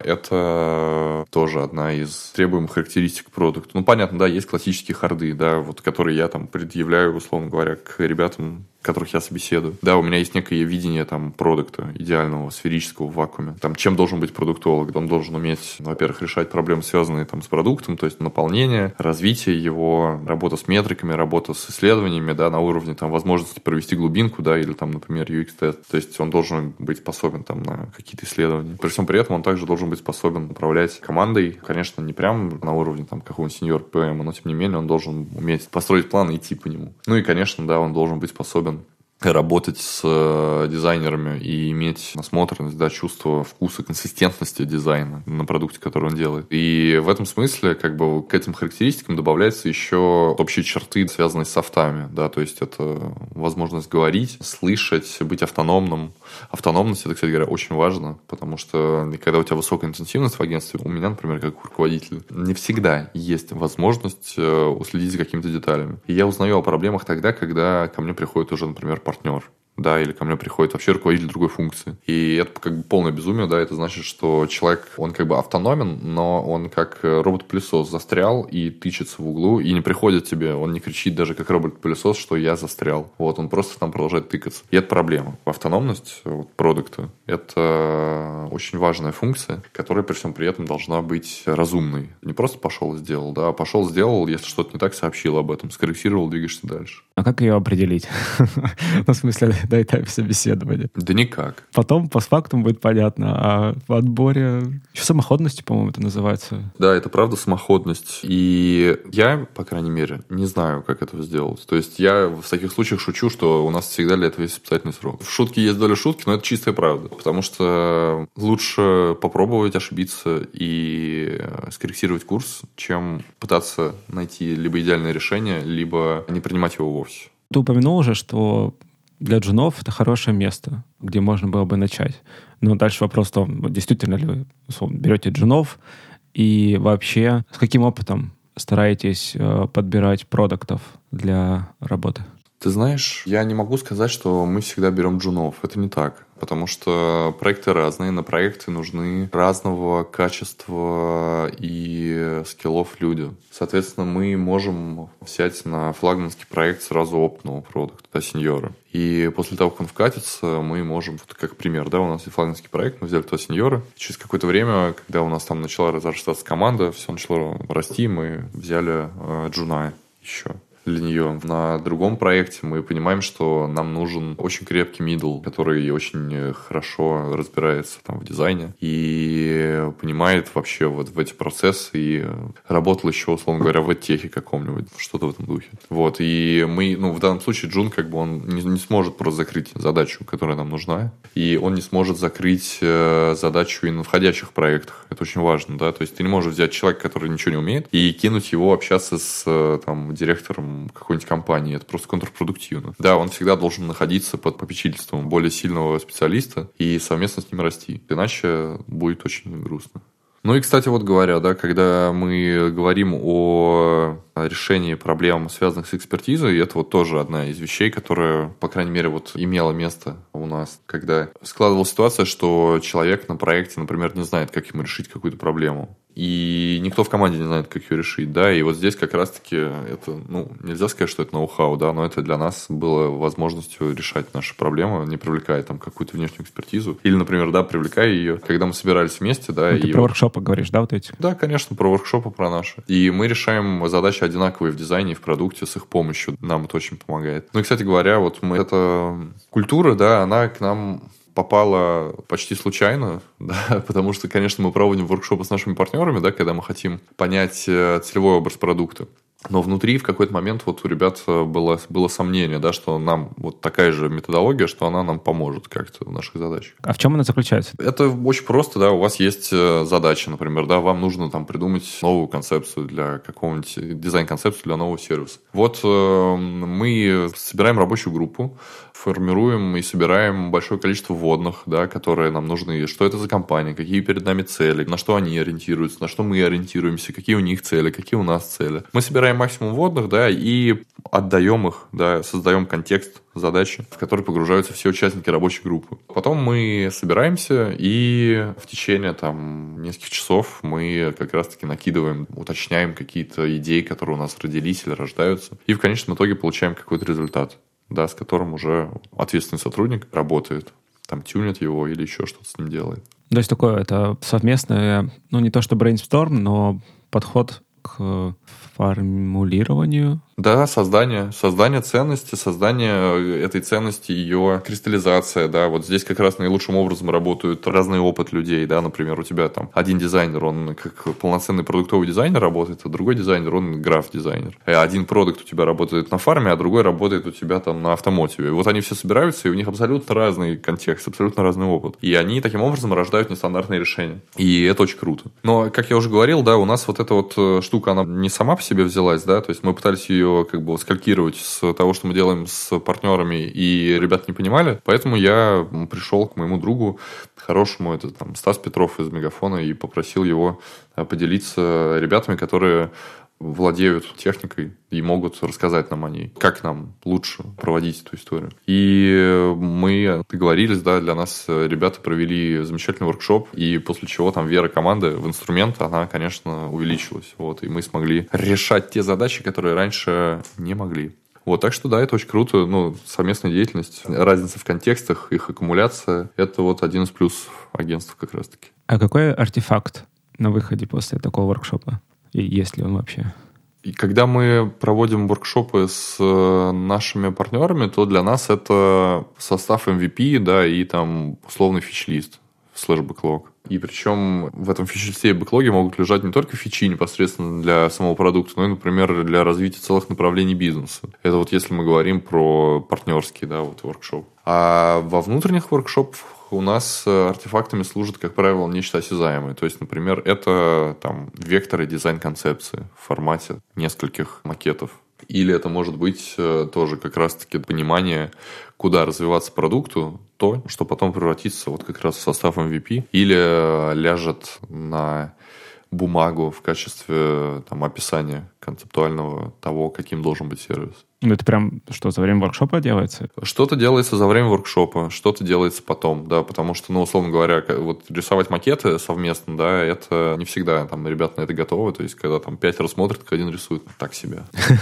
Это тоже одна из требуемых характеристик продукта. Ну, понятно, да, есть классические харды, да, вот, которые я там предъявляю, условно говоря, к ребятам, которых я собеседую. Да, у меня есть некое видение там продукта идеального, сферического в вакууме. Там, чем должен быть продуктолог? Он должен уметь, ну, во-первых, решать проблемы, связанные там с продуктом, то есть наполнение, развитие его, работа с метриками, работа с исследованиями, да, на уровне там возможности провести глубинку, да, или там, например, ю экс-тест. То есть он должен быть способен там на какие-то исследования. При всем при этом он также должен быть способен управлять командой, конечно, не прям на уровне там какого-нибудь сеньор пи эм, но тем не менее он должен уметь построить план и идти по нему. Ну и, конечно, да, он должен быть способен работать с дизайнерами и иметь насмотренность, да, чувство вкуса, консистентности дизайна на продукте, который он делает. И в этом смысле как бы к этим характеристикам добавляются еще общие черты, связанные с софтами, да, то есть это возможность говорить, слышать, быть автономным. Автономность, это, кстати говоря, очень важно, потому что когда у тебя высокая интенсивность в агентстве, у меня, например, как руководителя, не всегда есть возможность уследить за какими-то деталями. И я узнаю о проблемах тогда, когда ко мне приходит уже, например, партнер. да, или ко мне приходит вообще руководитель другой функции. И это как бы полное безумие, да, это значит, что человек, он как бы автономен, но он как робот-пылесос застрял и тычется в углу, и не приходит тебе, он не кричит даже как робот-пылесос, что я застрял. Вот, он просто там продолжает тыкаться. И это проблема. Автономность вот, продукта – это очень важная функция, которая при всем при этом должна быть разумной. Не просто пошел и сделал, да, а пошел, сделал, если что-то не так, сообщил об этом, скорректировал, двигаешься дальше.
А как ее определить? Ну, в смысле, на этапе собеседования.
Да никак.
Потом постфактум будет понятно, а в отборе... Еще самоходностью, по-моему, это называется.
Да, это правда самоходность. И я, по крайней мере, не знаю, как это сделать. То есть я в таких случаях шучу, что у нас всегда для этого есть испытательный срок. В шутке есть доля шутки, но это чистая правда. Потому что лучше попробовать ошибиться и скорректировать курс, чем пытаться найти либо идеальное решение, либо не принимать его вовсе.
Ты упомянул уже, что для джунов это хорошее место, где можно было бы начать. Но дальше вопрос в том, действительно ли вы условно, берете джунов и вообще с каким опытом стараетесь э, подбирать продуктов для работы?
Ты знаешь, я не могу сказать, что мы всегда берем джунов. Это не так. Потому что проекты разные, на проекты нужны разного качества и скиллов люди. Соответственно, мы можем взять на флагманский проект сразу опытного продукта, да, сеньора. И после того, как он вкатится, мы можем, вот как пример, да, у нас есть флагманский проект, мы взяли туда сеньора. Через какое-то время, когда у нас там начала разрастаться команда, все начало расти, мы взяли э, джуна еще для нее. На другом проекте мы понимаем, что нам нужен очень крепкий мидл, который очень хорошо разбирается там в дизайне и понимает вообще вот в эти процессы и работал еще, условно говоря, в техе каком-нибудь, что-то в этом духе. Вот, и мы, ну, в данном случае Джун, как бы он не, не сможет просто закрыть задачу, которая нам нужна, и он не сможет закрыть э, задачу и на входящих проектах. Это очень важно, да, то есть ты не можешь взять человека, который ничего не умеет, и кинуть его общаться с там директором какой-нибудь компании. Это просто контрпродуктивно. Да, он всегда должен находиться под попечительством более сильного специалиста и совместно с ним расти. Иначе будет очень грустно. Ну и, кстати, вот говоря, да, когда мы говорим о решении проблем, связанных с экспертизой, это вот тоже одна из вещей, которая, по крайней мере, вот имела место у нас, когда складывалась ситуация, что человек на проекте, например, не знает, как ему решить какую-то проблему. И никто в команде не знает, как ее решить, да, и вот здесь как раз-таки это, ну, нельзя сказать, что это ноу-хау, да, но это для нас было возможностью решать наши проблемы, не привлекая там какую-то внешнюю экспертизу, или, например, да, привлекая ее, когда мы собирались вместе, да.
Ну, ты
и
про
вот...
воркшопы говоришь, да, вот эти?
Да, конечно, про воркшопы, про наши. И мы решаем задачи одинаковые в дизайне и в продукте с их помощью, нам это очень помогает. Ну и, кстати говоря, вот мы, эта культура, да, она к нам попала почти случайно, да, потому что, конечно, мы проводим воркшопы с нашими партнерами, да, когда мы хотим понять целевой образ продукта. Но внутри в какой-то момент вот у ребят было, было сомнение, да, что нам вот такая же методология, что она нам поможет как-то в наших задачах.
А в чем она заключается?
Это очень просто, да, у вас есть задача, например, да, вам нужно там придумать новую концепцию для какого-нибудь, дизайн-концепцию для нового сервиса. Вот э, мы собираем рабочую группу, формируем и собираем большое количество вводных, да, которые нам нужны. Что это за компания, какие перед нами цели, на что они ориентируются, на что мы ориентируемся, какие у них цели, какие у нас цели. Мы собираем максимум вводных, да, и отдаем их, да, создаем контекст задачи, в который погружаются все участники рабочей группы. Потом мы собираемся, и в течение там нескольких часов мы как раз-таки накидываем, уточняем какие-то идеи, которые у нас родились или рождаются, и в конечном итоге получаем какой-то результат, да, с которым уже ответственный сотрудник работает, там тюнит его или еще что-то с ним делает.
То есть такое это совместное, ну не то что брейнсторм, но подход к формулированию.
Да, создание, создание ценности, создание этой ценности, ее кристаллизация, да, вот здесь как раз наилучшим образом работают разный опыт людей, да, например, у тебя там один дизайнер, он как полноценный продуктовый дизайнер работает, а другой дизайнер, он граф-дизайнер. И один продукт у тебя работает на фарме, а другой работает у тебя там на автомотиве. И вот они все собираются, и у них абсолютно разный контекст, абсолютно разный опыт. И они таким образом рождают нестандартные решения. И это очень круто. Но, как я уже говорил, да, у нас вот эта вот штука, она не сама по себе взялась, да, то есть мы пытались ее как бы скалькировать с того, что мы делаем с партнерами, и ребят не понимали. Поэтому я пришел к моему другу, хорошему, это там Стас Петров из Мегафона, и попросил его поделиться ребятами, которые владеют техникой и могут рассказать нам о ней, как нам лучше проводить эту историю. И мы договорились, да, для нас ребята провели замечательный воркшоп, и после чего там вера команды в инструмент, она, конечно, увеличилась. Вот, и мы смогли решать те задачи, которые раньше не могли. Вот, так что да, это очень круто. Ну, совместная деятельность, разница в контекстах, их аккумуляция – это вот один из плюсов агентства как раз-таки.
А какой артефакт на выходе после такого воркшопа? И есть ли он вообще?
И когда мы проводим воркшопы с нашими партнерами, то для нас это состав эм ви пи, да, и там условный фич-лист, слэш-бэклог. И причем в этом фич-листе и бэклоге могут лежать не только фичи непосредственно для самого продукта, но и, например, для развития целых направлений бизнеса. Это вот если мы говорим про партнерский, да, вот воркшоп. А во внутренних воркшопах у нас артефактами служат, как правило, нечто осязаемое. То есть, например, это там векторы дизайн-концепции в формате нескольких макетов. Или это может быть тоже как раз-таки понимание, куда развиваться продукту, то, что потом превратится вот как раз в состав эм ви пи, или ляжет на бумагу в качестве там, описания концептуального того, каким должен быть сервис.
Ну, это прям что, за время воркшопа делается?
Что-то делается за время воркшопа, что-то делается потом, да, потому что, ну, условно говоря, вот рисовать макеты совместно, да, это не всегда там ребята на это готовы, то есть, когда там пять рассмотрят, один рисует, так себе.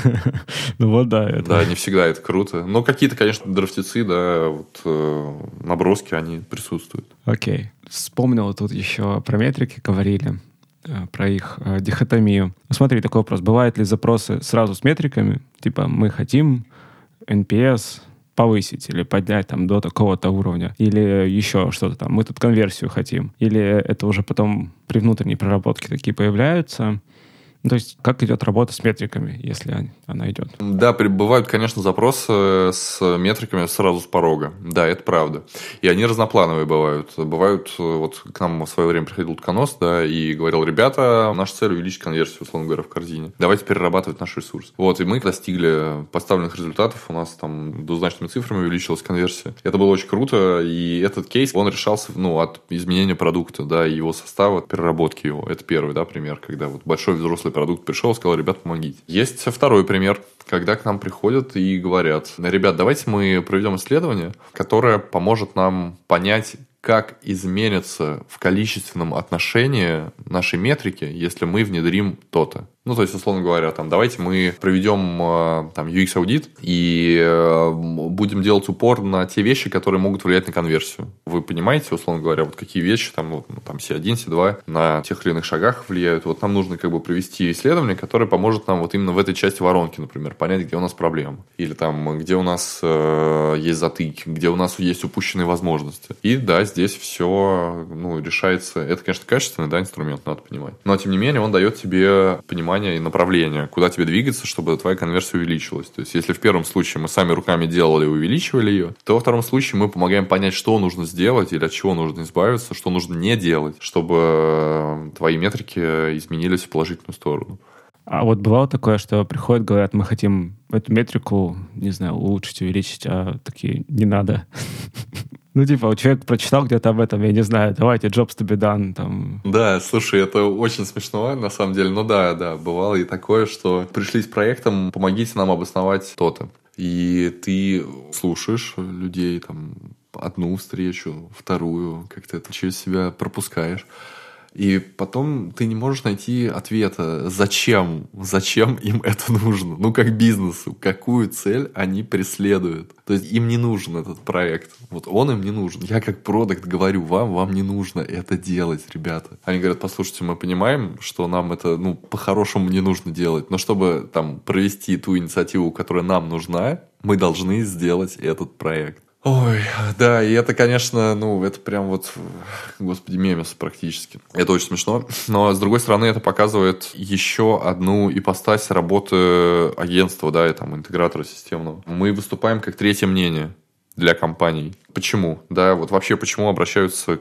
Ну вот да.
Да, не всегда это круто. Но какие-то, конечно, драфтецы, да, вот наброски, они присутствуют.
Окей. Вспомнил тут еще про метрики говорили, про их э, дихотомию. Смотри, такой вопрос. Бывают ли запросы сразу с метриками? Типа мы хотим эн пи эс повысить или поднять там до такого-то уровня. Или еще что-то там. Мы тут конверсию хотим. Или это уже потом при внутренней проработке такие появляются. Ну, то есть, как идет работа с метриками, если она идет?
Да, бывают, конечно, запросы с метриками сразу с порога. Да, это правда. И они разноплановые бывают. Бывают, вот к нам в свое время приходил Тканос, да, и говорил, ребята, наша цель увеличить конверсию, условно говоря, в корзине. Давайте перерабатывать наш ресурс. Вот, и мы достигли поставленных результатов. У нас там двузначными цифрами увеличилась конверсия. Это было очень круто, и этот кейс, он решался, ну, от изменения продукта, да, и его состава, от переработки его. Это первый, да, пример, когда вот большой взрослый продукт пришел и сказал, ребят, помогите. Есть второй пример, когда к нам приходят и говорят, ребят, давайте мы проведем исследование, которое поможет нам понять, как изменится в количественном отношении нашей метрики, если мы внедрим то-то. Ну, то есть, условно говоря, там, давайте мы проведем там, ю экс-аудит и будем делать упор на те вещи, которые могут влиять на конверсию. Вы понимаете, условно говоря, вот какие вещи, там, вот, там си один, си два на тех или иных шагах влияют. Вот нам нужно как бы провести исследование, которое поможет нам вот именно в этой части воронки, например, понять, где у нас проблемы. Или там, где у нас э, есть затыки, где у нас есть упущенные возможности. И да, здесь все ну, решается. Это, конечно, качественный да, инструмент, надо понимать. Но, тем не менее, он дает тебе понимание и направление, куда тебе двигаться, чтобы твоя конверсия увеличилась. То есть, если в первом случае мы сами руками делали и увеличивали ее, то во втором случае мы помогаем понять, что нужно сделать или от чего нужно избавиться, что нужно не делать, чтобы твои метрики изменились в положительную сторону.
А вот бывало такое, что приходят, говорят, мы хотим эту метрику, не знаю, улучшить, увеличить, а такие, не надо. Ну, типа, человек прочитал где-то об этом, я не знаю, давайте, jobs to be done, там.
Да, слушай, это очень смешно, на самом деле. Ну да, да, бывало и такое, что пришли с проектом, помогите нам обосновать то-то. И ты слушаешь людей, там, одну встречу, вторую, как-то это через себя пропускаешь. И потом ты не можешь найти ответа, зачем, зачем им это нужно. Ну, как бизнесу, какую цель они преследуют. То есть им не нужен этот проект. Вот он им не нужен. Я как продакт говорю вам, вам не нужно это делать, ребята. Они говорят, послушайте, мы понимаем, что нам это, ну, по-хорошему не нужно делать. Но чтобы там провести ту инициативу, которая нам нужна, мы должны сделать этот проект. Ой, да, и это, конечно, ну, это прям вот, господи, мемес практически. Это очень смешно. Но, с другой стороны, это показывает еще одну ипостась работы агентства, да, и там интегратора системного. Мы выступаем как третье мнение для компаний. почему, да, вот вообще почему обращаются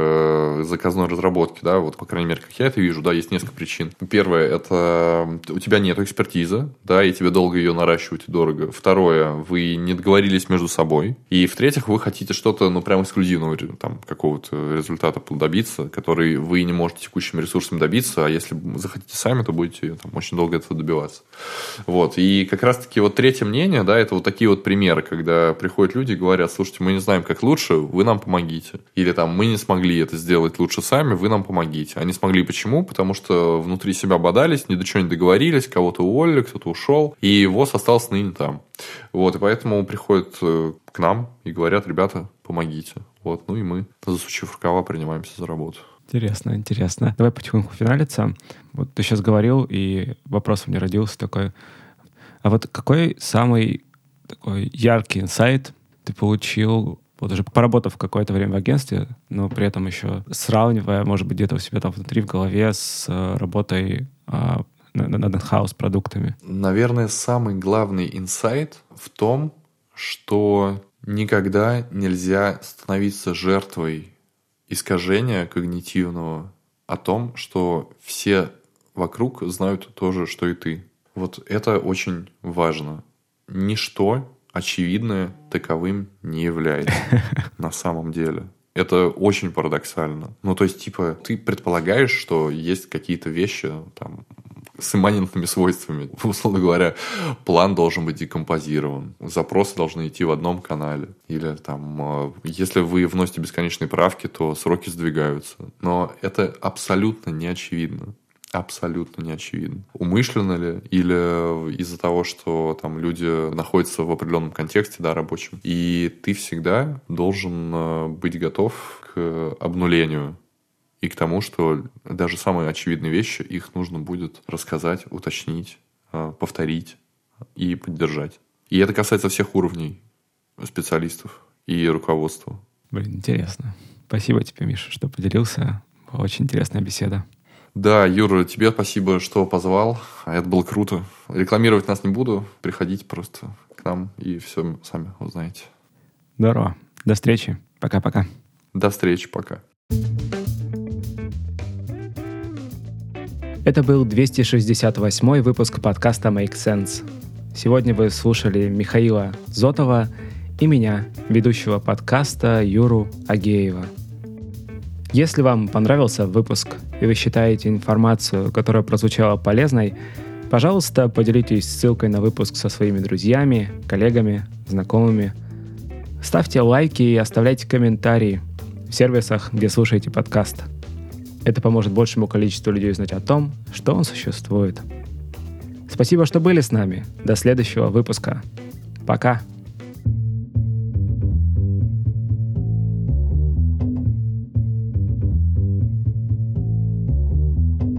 к заказной разработке, да, вот, по крайней мере, как я это вижу, да, есть несколько причин. Первое, это у тебя нет экспертизы, да, и тебе долго ее наращивать и дорого. Второе, вы не договорились между собой. И, в-третьих, вы хотите что-то, ну, прям эксклюзивного, там, какого-то результата добиться, который вы не можете текущими ресурсами добиться, а если захотите сами, то будете там очень долго этого добиваться. Вот, и как раз-таки вот третье мнение, да, это вот такие вот примеры, когда приходят люди и говорят: слушайте, мы не знаем, как лучше, вы нам помогите. Или там, мы не смогли это сделать лучше сами, вы нам помогите. Они смогли почему? Потому что внутри себя бодались, ни до чего не договорились, кого-то уволили, кто-то ушел, и ВОЗ остался ныне там. Вот, и поэтому приходят к нам и говорят: ребята, помогите. Вот, ну и мы, засучив рукава, принимаемся за работу.
Интересно, интересно. Давай потихоньку финалиться. Вот ты сейчас говорил, и вопрос у меня родился такой. А вот какой самый такой яркий инсайт ты получил, вот уже поработав какое-то время в агентстве, но при этом еще сравнивая, может быть, где-то у себя там внутри в голове с работой а, над in-house продуктами?
Наверное, самый главный инсайт в том, что никогда нельзя становиться жертвой искажения когнитивного о том, что все вокруг знают то же, что и ты. Вот это очень важно. Ничто очевидное таковым не является на самом деле. Это очень парадоксально. Ну, то есть, типа, ты предполагаешь, что есть какие-то вещи там с имманентными свойствами. Условно говоря, план должен быть декомпозирован, запросы должны идти в одном канале. Или там, если вы вносите бесконечные правки, то сроки сдвигаются. Но это абсолютно не очевидно. Абсолютно не очевидно. Умышленно ли, или из-за того, что там люди находятся в определенном контексте, да, рабочем. И ты всегда должен быть готов к обнулению и к тому, что даже самые очевидные вещи, их нужно будет рассказать, уточнить, повторить и поддержать. И это касается всех уровней специалистов и руководства.
Блин, интересно. Спасибо тебе, Миша, что поделился. Была очень интересная беседа.
Да, Юра, тебе спасибо, что позвал. Это было круто. Рекламировать нас не буду. Приходите просто к нам и все сами узнаете.
Здорово. До встречи. Пока-пока.
До встречи. Пока.
Это был двести шестьдесят восьмой выпуск подкаста Make Sense. Сегодня вы слушали Михаила Зотова и меня, ведущего подкаста Юру Агеева. Если вам понравился выпуск и вы считаете информацию, которая прозвучала полезной, пожалуйста, поделитесь ссылкой на выпуск со своими друзьями, коллегами, знакомыми. Ставьте лайки и оставляйте комментарии в сервисах, где слушаете подкаст. Это поможет большему количеству людей узнать о том, что он существует. Спасибо, что были с нами. До следующего выпуска. Пока.